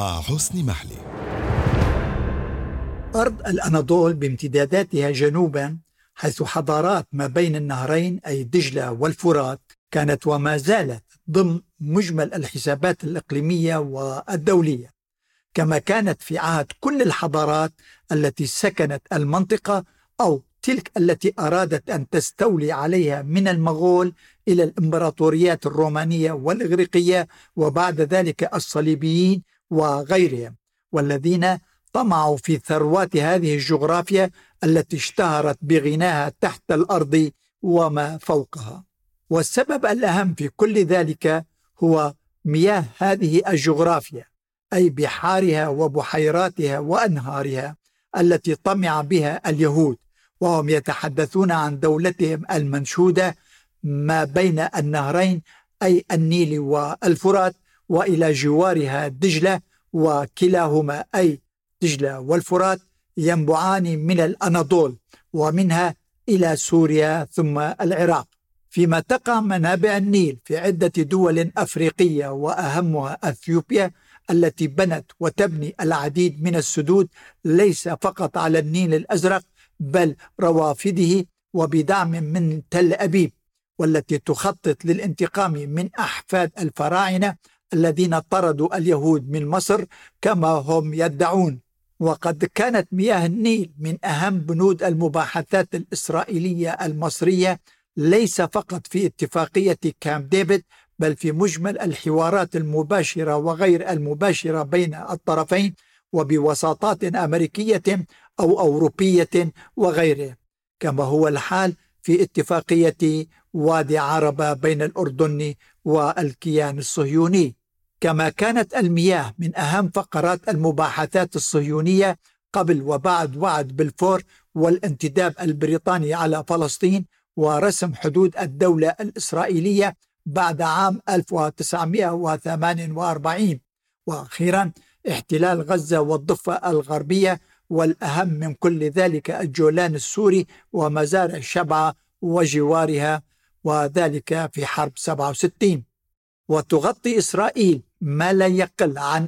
مع حسني محلي. أرض الأناضول بامتداداتها جنوبا حيث حضارات ما بين النهرين أي دجلة والفرات كانت وما زالت ضمن مجمل الحسابات الإقليمية والدولية، كما كانت في عهد كل الحضارات التي سكنت المنطقة أو تلك التي أرادت أن تستولي عليها من المغول إلى الإمبراطوريات الرومانية والإغريقية وبعد ذلك الصليبيين وغيرهم، والذين طمعوا في ثروات هذه الجغرافيا التي اشتهرت بغناها تحت الأرض وما فوقها. والسبب الأهم في كل ذلك هو مياه هذه الجغرافيا، أي بحارها وبحيراتها وأنهارها التي طمع بها اليهود، وهم يتحدثون عن دولتهم المنشودة ما بين النهرين أي النيل والفرات، وإلى جوارها دجلة، وكلاهما أي دجلة والفرات ينبعان من الأناضول ومنها إلى سوريا ثم العراق، فيما تقع منابع النيل في عدة دول أفريقية وأهمها أثيوبيا التي بنت وتبني العديد من السدود ليس فقط على النيل الأزرق بل روافده، وبدعم من تل أبيب، والتي تخطط للانتقام من أحفاد الفراعنة الذين طردوا اليهود من مصر كما هم يدعون. وقد كانت مياه النيل من أهم بنود المباحثات الإسرائيلية المصرية، ليس فقط في اتفاقية كامب ديفيد بل في مجمل الحوارات المباشرة وغير المباشرة بين الطرفين، وبوساطات أمريكية أو أوروبية وغيره، كما هو الحال في اتفاقية وادي عربة بين الأردن والكيان الصهيوني. كما كانت المياه من أهم فقرات المباحثات الصهيونية قبل وبعد وعد بلفور والانتداب البريطاني على فلسطين ورسم حدود الدولة الإسرائيلية بعد عام 1948، وأخيرا احتلال غزة والضفة الغربية، والأهم من كل ذلك الجولان السوري ومزارع شبعة وجوارها، وذلك في حرب 67. وتغطي إسرائيل ما لا يقل عن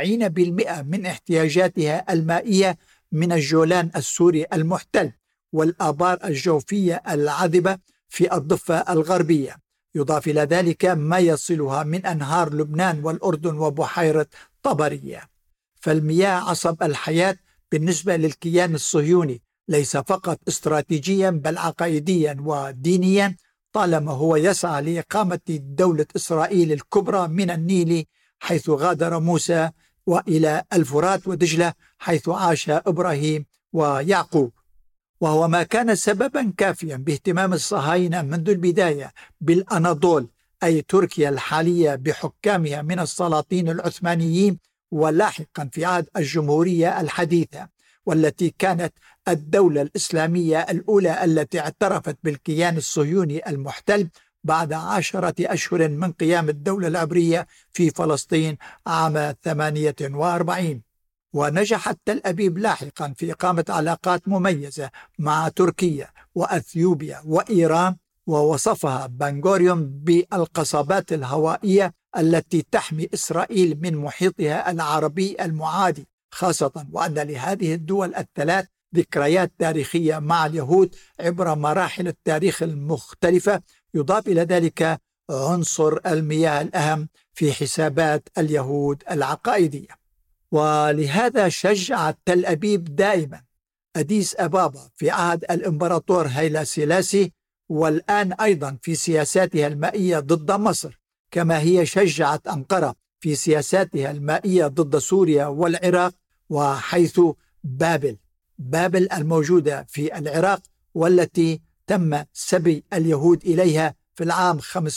40% من احتياجاتها المائية من الجولان السوري المحتل والآبار الجوفية العذبة في الضفة الغربية، يضاف إلى ذلك ما يصلها من أنهار لبنان والأردن وبحيرة طبرية. فالمياه عصب الحياة بالنسبة للكيان الصهيوني، ليس فقط استراتيجيا بل عقائديا ودينيا، طالما هو يسعى لإقامة دولة إسرائيل الكبرى من النيل حيث غادر موسى وإلى الفرات ودجلة حيث عاش إبراهيم ويعقوب. وهو ما كان سببا كافيا باهتمام الصهاينة منذ البداية بالأناضول أي تركيا الحالية بحكامها من السلاطين العثمانيين، ولاحقا في عهد الجمهورية الحديثة والتي كانت الدولة الإسلامية الأولى التي اعترفت بالكيان الصهيوني المحتل بعد 10 أشهر من قيام الدولة العبرية في فلسطين عام 48. ونجحت تل أبيب لاحقا في إقامة علاقات مميزة مع تركيا وأثيوبيا وإيران، ووصفها بن غوريون بالقصبات الهوائية التي تحمي إسرائيل من محيطها العربي المعادي، خاصة وأن لهذه الدول الثلاث ذكريات تاريخية مع اليهود عبر مراحل التاريخ المختلفة، يضاف إلى ذلك عنصر المياه الأهم في حسابات اليهود العقائدية. ولهذا شجعت تل أبيب دائما أديس أبابا في عهد الإمبراطور هيلا سيلاسي، والآن أيضا في سياساتها المائية ضد مصر، كما هي شجعت أنقرة في سياساتها المائية ضد سوريا والعراق، وحيث بابل الموجودة في العراق والتي تم سبي اليهود إليها في العام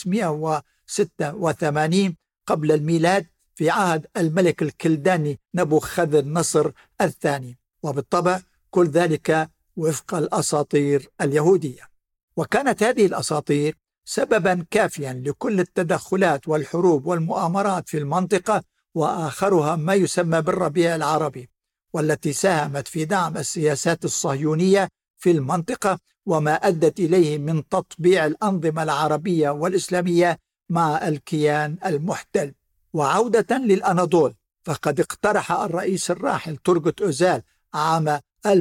586 قبل الميلاد في عهد الملك الكلداني نبوخذ نصر الثاني، وبالطبع كل ذلك وفق الأساطير اليهودية. وكانت هذه الأساطير سببا كافيا لكل التدخلات والحروب والمؤامرات في المنطقة، وآخرها ما يسمى بالربيع العربي، والتي ساهمت في دعم السياسات الصهيونية في المنطقة وما أدت إليه من تطبيع الأنظمة العربية والإسلامية مع الكيان المحتل. وعودة للأناضول، فقد اقترح الرئيس الراحل تورغوت أوزال عام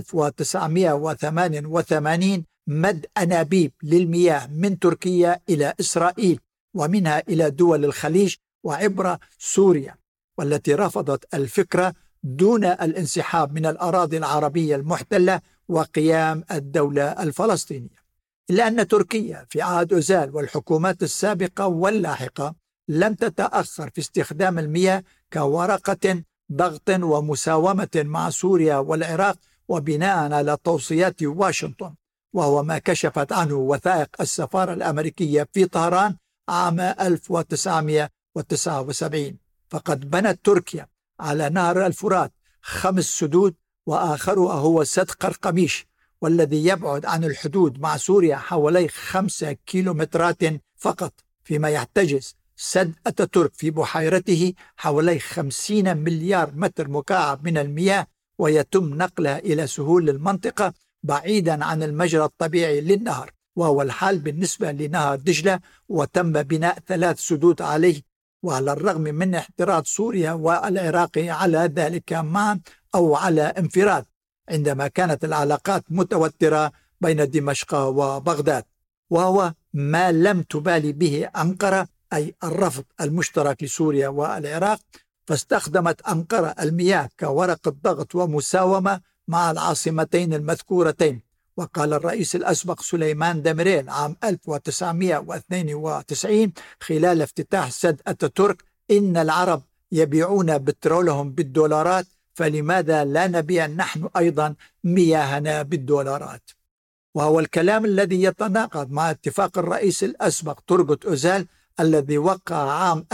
1988 مد أنابيب للمياه من تركيا إلى إسرائيل ومنها إلى دول الخليج وعبر سوريا، والتي رفضت الفكرة دون الانسحاب من الأراضي العربية المحتلة وقيام الدولة الفلسطينية. إلا أن تركيا في عهد أوزال والحكومات السابقة واللاحقة لم تتأخر في استخدام المياه كورقة ضغط ومساومة مع سوريا والعراق وبناء على توصيات واشنطن، وهو ما كشفت عنه وثائق السفارة الأمريكية في طهران عام 1979. فقد بنت تركيا على نهر الفرات 5 سدود، وآخرها هو سد قرقميش، والذي يبعد عن الحدود مع سوريا حوالي 5 كيلومترات فقط، فيما يحتجز سد أتاتورك في بحيرته حوالي 50 مليار متر مكعب من المياه، ويتم نقلها إلى سهول المنطقة بعيدا عن المجرى الطبيعي للنهر، وهو الحال بالنسبة لنهر دجلة، وتم بناء 3 سدود عليه، وعلى الرغم من احتراض سوريا والعراق على ذلك معا أو على انفراد، عندما كانت العلاقات متوترة بين دمشق وبغداد، وهو ما لم تبالي به أنقرة، أي الرفض المشترك لسوريا والعراق. فاستخدمت أنقرة المياه كورقة ضغط ومساومة مع العاصمتين المذكورتين. وقال الرئيس الأسبق سليمان ديميريل عام 1992 خلال افتتاح سد أتاتورك: إن العرب يبيعون بترولهم بالدولارات، فلماذا لا نبيع نحن أيضا مياهنا بالدولارات؟ وهو الكلام الذي يتناقض مع اتفاق الرئيس الأسبق تورغوت أوزال الذي وقع عام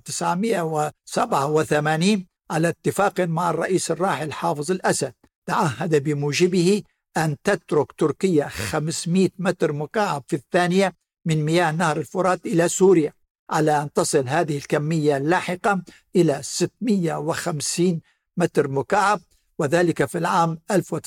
1987 على اتفاق مع الرئيس الراحل حافظ الأسد تعهد بموجبه أن تترك تركيا 500 متر مكعب في الثانية من مياه نهر الفرات إلى سوريا، على أن تصل هذه الكمية لاحقا إلى 650 متر مكعب، وذلك في العام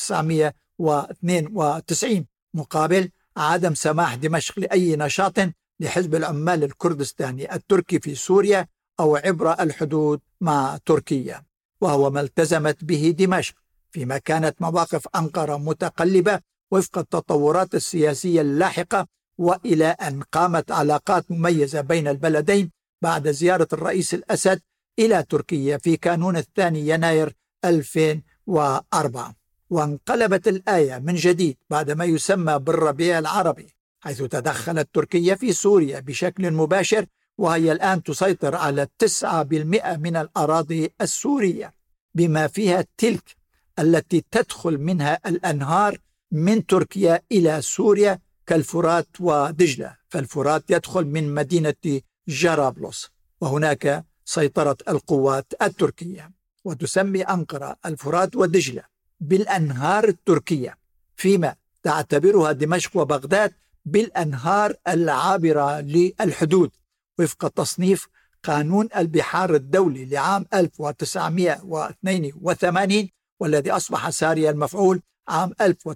1992، مقابل عدم سماح دمشق لأي نشاط لحزب العمال الكردستاني التركي في سوريا أو عبر الحدود مع تركيا، وهو ما التزمت به دمشق، فيما كانت مواقف أنقرة متقلبة وفق التطورات السياسية اللاحقة، وإلى أن قامت علاقات مميزة بين البلدين بعد زيارة الرئيس الأسد إلى تركيا في كانون الثاني يناير 2004. وانقلبت الآية من جديد بعد ما يسمى بالربيع العربي، حيث تدخلت تركيا في سوريا بشكل مباشر، وهي الآن تسيطر على 9% من الأراضي السورية، بما فيها تلك التي تدخل منها الأنهار من تركيا إلى سوريا كالفرات ودجلة. فالفرات يدخل من مدينة جرابلس، وهناك سيطرة القوات التركية. وتسمي أنقرة الفرات ودجلة بالأنهار التركية، فيما تعتبرها دمشق وبغداد بالأنهار العابرة للحدود، وفق تصنيف قانون البحار الدولي لعام 1982، والذي أصبح ساري المفعول عام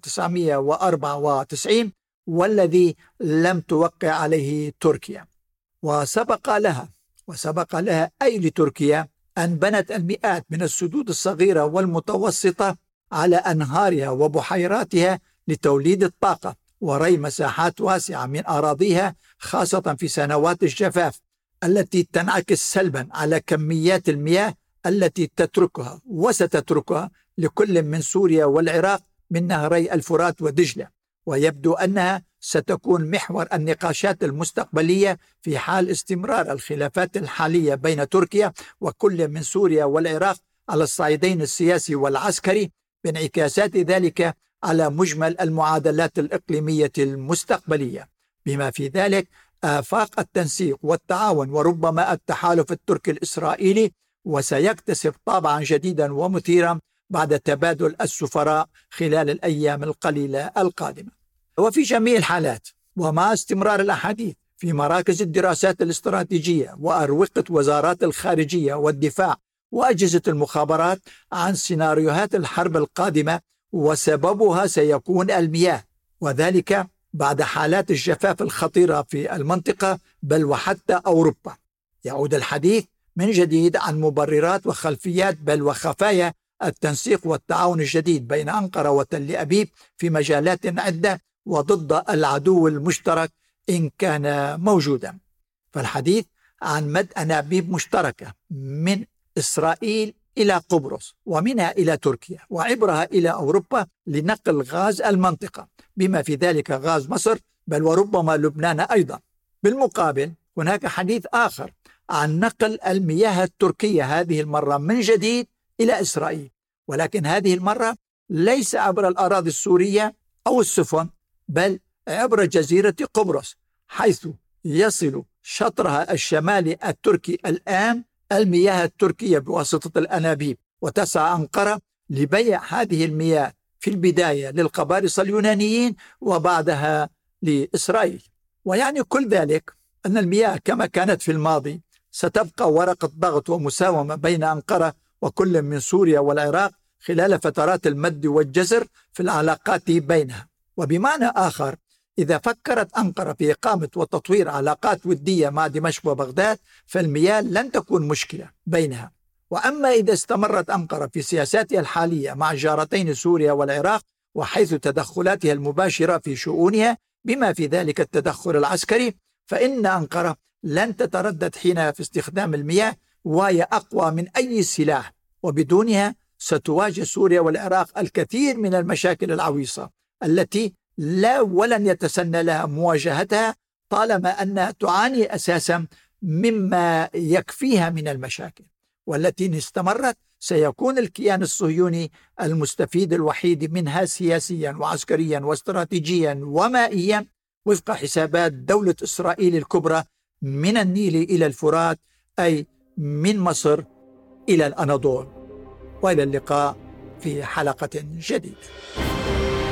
1994، والذي لم توقع عليه تركيا. وسبق لها أي لتركيا أن بنت المئات من السدود الصغيرة والمتوسطة على أنهارها وبحيراتها لتوليد الطاقة وري مساحات واسعة من أراضيها، خاصة في سنوات الجفاف التي تنعكس سلبا على كميات المياه التي تتركها وستتركها لكل من سوريا والعراق من نهري الفرات ودجلة. ويبدو أنها ستكون محور النقاشات المستقبلية في حال استمرار الخلافات الحالية بين تركيا وكل من سوريا والعراق على الصعيدين السياسي والعسكري، بانعكاسات ذلك على مجمل المعادلات الإقليمية المستقبلية، بما في ذلك آفاق التنسيق والتعاون وربما التحالف التركي الإسرائيلي، وسيكتسب طابعا جديدا ومثيرا بعد تبادل السفراء خلال الأيام القليلة القادمة. وفي جميع الحالات، ومع استمرار الأحاديث في مراكز الدراسات الاستراتيجية وأروقة وزارات الخارجية والدفاع وأجهزة المخابرات عن سيناريوهات الحرب القادمة، وسببها سيكون المياه، وذلك بعد حالات الجفاف الخطيرة في المنطقة بل وحتى أوروبا. يعود الحديث من جديد عن مبررات وخلفيات بل وخفايا التنسيق والتعاون الجديد بين أنقرة وتل أبيب في مجالات عدة وضد العدو المشترك إن كان موجودا. فالحديث عن مد أنابيب مشتركة من إسرائيل إلى قبرص ومنها إلى تركيا وعبرها إلى أوروبا لنقل غاز المنطقة بما في ذلك غاز مصر بل وربما لبنان أيضا. بالمقابل هناك حديث آخر عن نقل المياه التركية هذه المرة من جديد إلى إسرائيل، ولكن هذه المرة ليس عبر الأراضي السورية أو السفن بل عبر جزيرة قبرص، حيث يصل شطرها الشمالي التركي الآن المياه التركية بواسطة الأنابيب، وتسعى أنقرة لبيع هذه المياه في البداية للقبارصة اليونانيين وبعدها لإسرائيل. ويعني كل ذلك أن المياه كما كانت في الماضي ستبقى ورقة ضغط ومساومة بين أنقرة وكل من سوريا والعراق خلال فترات المد والجزر في العلاقات بينها. وبمعنى آخر، إذا فكرت أنقرة في إقامة وتطوير علاقات ودية مع دمشق وبغداد فالمياه لن تكون مشكلة بينها. وأما إذا استمرت أنقرة في سياساتها الحالية مع جارتين سوريا والعراق وحيث تدخلاتها المباشرة في شؤونها بما في ذلك التدخل العسكري، فإن أنقرة لن تتردد حينها في استخدام المياه وهي أقوى من أي سلاح، وبدونها ستواجه سوريا والعراق الكثير من المشاكل العويصة التي لا ولن يتسنى لها مواجهتها طالما أنها تعاني أساسا مما يكفيها من المشاكل، والتي إن استمرت سيكون الكيان الصهيوني المستفيد الوحيد منها سياسيا وعسكريا واستراتيجيا ومائيا وفق حسابات دولة إسرائيل الكبرى من النيل إلى الفرات، أي من مصر إلى الأناضول. وإلى اللقاء في حلقة جديدة.